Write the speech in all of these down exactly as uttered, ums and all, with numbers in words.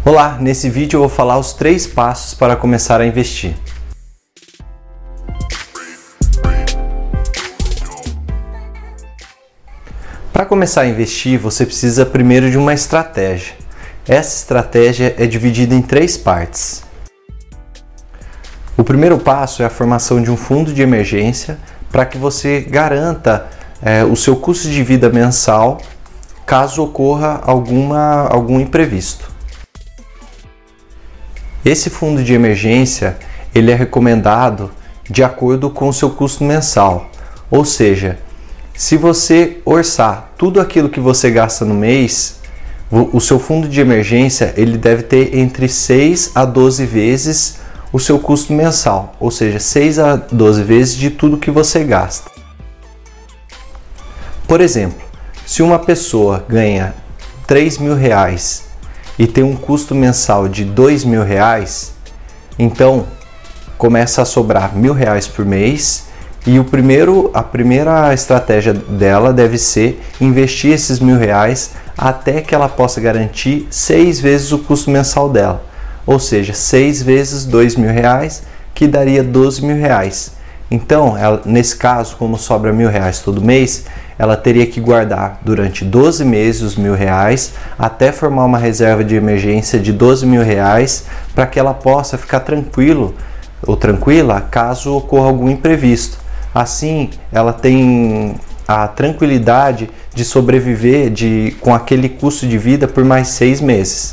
Olá, nesse vídeo eu vou falar os três passos para começar a investir. Para começar a investir, você precisa primeiro de uma estratégia. Essa estratégia é dividida em três partes. O primeiro passo é a formação de um fundo de emergência para que você garanta é, o seu custo de vida mensal caso ocorra alguma, algum imprevisto. Esse fundo de emergência ele é recomendado de acordo com o seu custo mensal, ou seja, se você orçar tudo aquilo que você gasta no mês, o seu fundo de emergência ele deve ter entre seis a doze vezes o seu custo mensal, ou seja, seis a doze vezes de tudo que você gasta. Por exemplo, se uma pessoa ganha três mil reais e tem um custo mensal de dois mil reais, então começa a sobrar mil reais por mês e o primeiro, a primeira estratégia dela deve ser investir esses mil reais até que ela possa garantir seis vezes o custo mensal dela, ou seja, seis vezes dois mil reais, que daria doze mil reais. Então, ela, nesse caso, como sobra mil reais todo mês, ela teria que guardar durante doze meses os mil reais até formar uma reserva de emergência de doze mil reais para que ela possa ficar tranquilo ou tranquila caso ocorra algum imprevisto. Assim, ela tem a tranquilidade de sobreviver de, com aquele custo de vida por mais seis meses.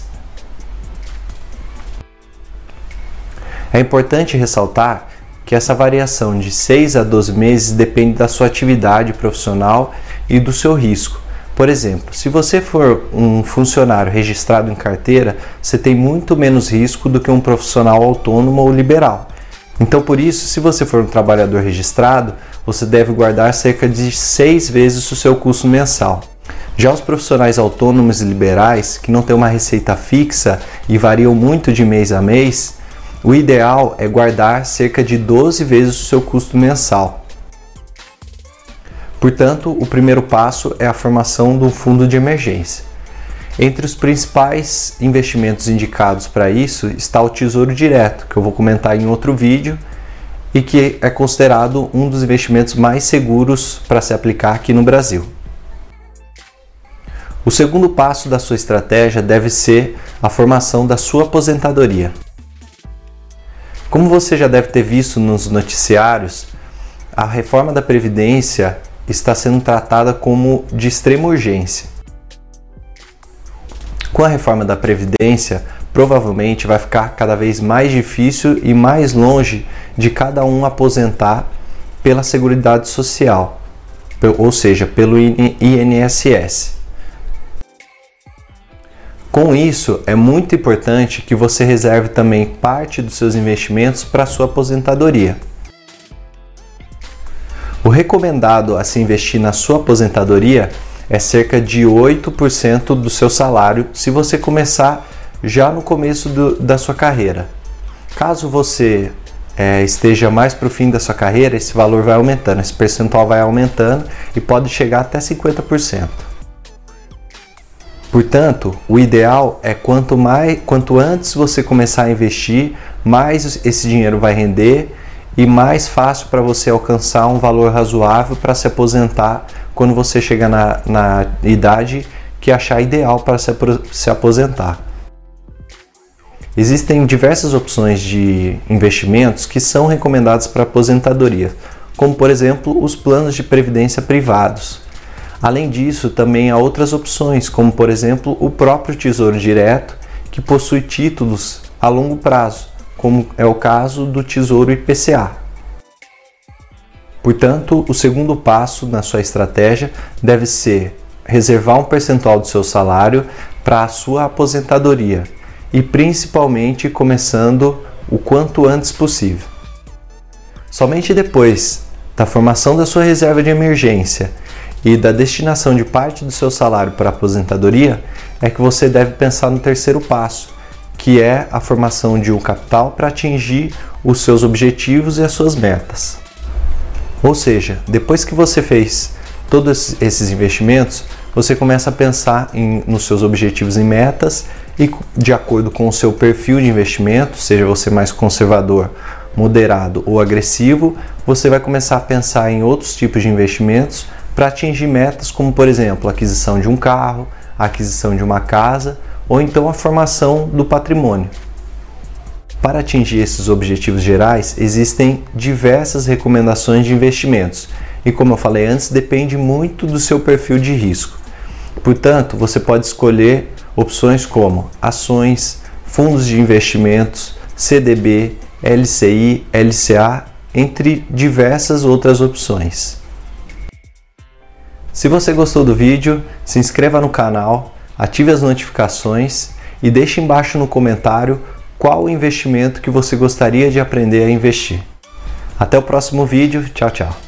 É importante ressaltar que essa variação de seis a doze meses depende da sua atividade profissional e do seu risco. Por exemplo, se você for um funcionário registrado em carteira, você tem muito menos risco do que um profissional autônomo ou liberal. Então, por isso, se você for um trabalhador registrado, você deve guardar cerca de seis vezes o seu custo mensal. Já os profissionais autônomos e liberais, que não têm uma receita fixa e variam muito de mês a mês, o ideal é guardar cerca de doze vezes o seu custo mensal. Portanto, o primeiro passo é a formação de um fundo de emergência. Entre os principais investimentos indicados para isso está o Tesouro Direto, que eu vou comentar em outro vídeo, e que é considerado um dos investimentos mais seguros para se aplicar aqui no Brasil. O segundo passo da sua estratégia deve ser a formação da sua aposentadoria. Como você já deve ter visto nos noticiários, a reforma da Previdência está sendo tratada como de extrema urgência. Com a reforma da Previdência, provavelmente vai ficar cada vez mais difícil e mais longe de cada um aposentar pela Seguridade Social, ou seja, pelo I N S S. Com isso, é muito importante que você reserve também parte dos seus investimentos para a sua aposentadoria. O recomendado a se investir na sua aposentadoria é cerca de oito por cento do seu salário se você começar já no começo do, da sua carreira. Caso você é, esteja mais para o fim da sua carreira, esse valor vai aumentando, esse percentual vai aumentando e pode chegar até cinquenta por cento. Portanto, o ideal é quanto, mais, quanto antes você começar a investir, mais esse dinheiro vai render e mais fácil para você alcançar um valor razoável para se aposentar quando você chegar na, na idade que achar ideal para se, se aposentar. Existem diversas opções de investimentos que são recomendadas para aposentadoria, como por exemplo os planos de previdência privados. Além disso, também há outras opções, como por exemplo o próprio Tesouro Direto, que possui títulos a longo prazo, como é o caso do Tesouro I P C A. Portanto, o segundo passo na sua estratégia deve ser reservar um percentual do seu salário para a sua aposentadoria e principalmente começando o quanto antes possível. Somente depois da formação da sua reserva de emergência e da destinação de parte do seu salário para a aposentadoria é que você deve pensar no terceiro passo, que é a formação de um capital para atingir os seus objetivos e as suas metas. Ou seja, depois que você fez todos esses investimentos, você começa a pensar em, nos seus objetivos e metas e de acordo com o seu perfil de investimento, seja você mais conservador, moderado ou agressivo, você vai começar a pensar em outros tipos de investimentos para atingir metas como, por exemplo, a aquisição de um carro, a aquisição de uma casa ou então a formação do patrimônio. Para atingir esses objetivos gerais, existem diversas recomendações de investimentos e, como eu falei antes, depende muito do seu perfil de risco. Portanto, você pode escolher opções como ações, fundos de investimentos, C D B, L C I, L C A, entre diversas outras opções. Se você gostou do vídeo, se inscreva no canal, ative as notificações e deixe embaixo no comentário qual o investimento que você gostaria de aprender a investir. Até o próximo vídeo, tchau, tchau!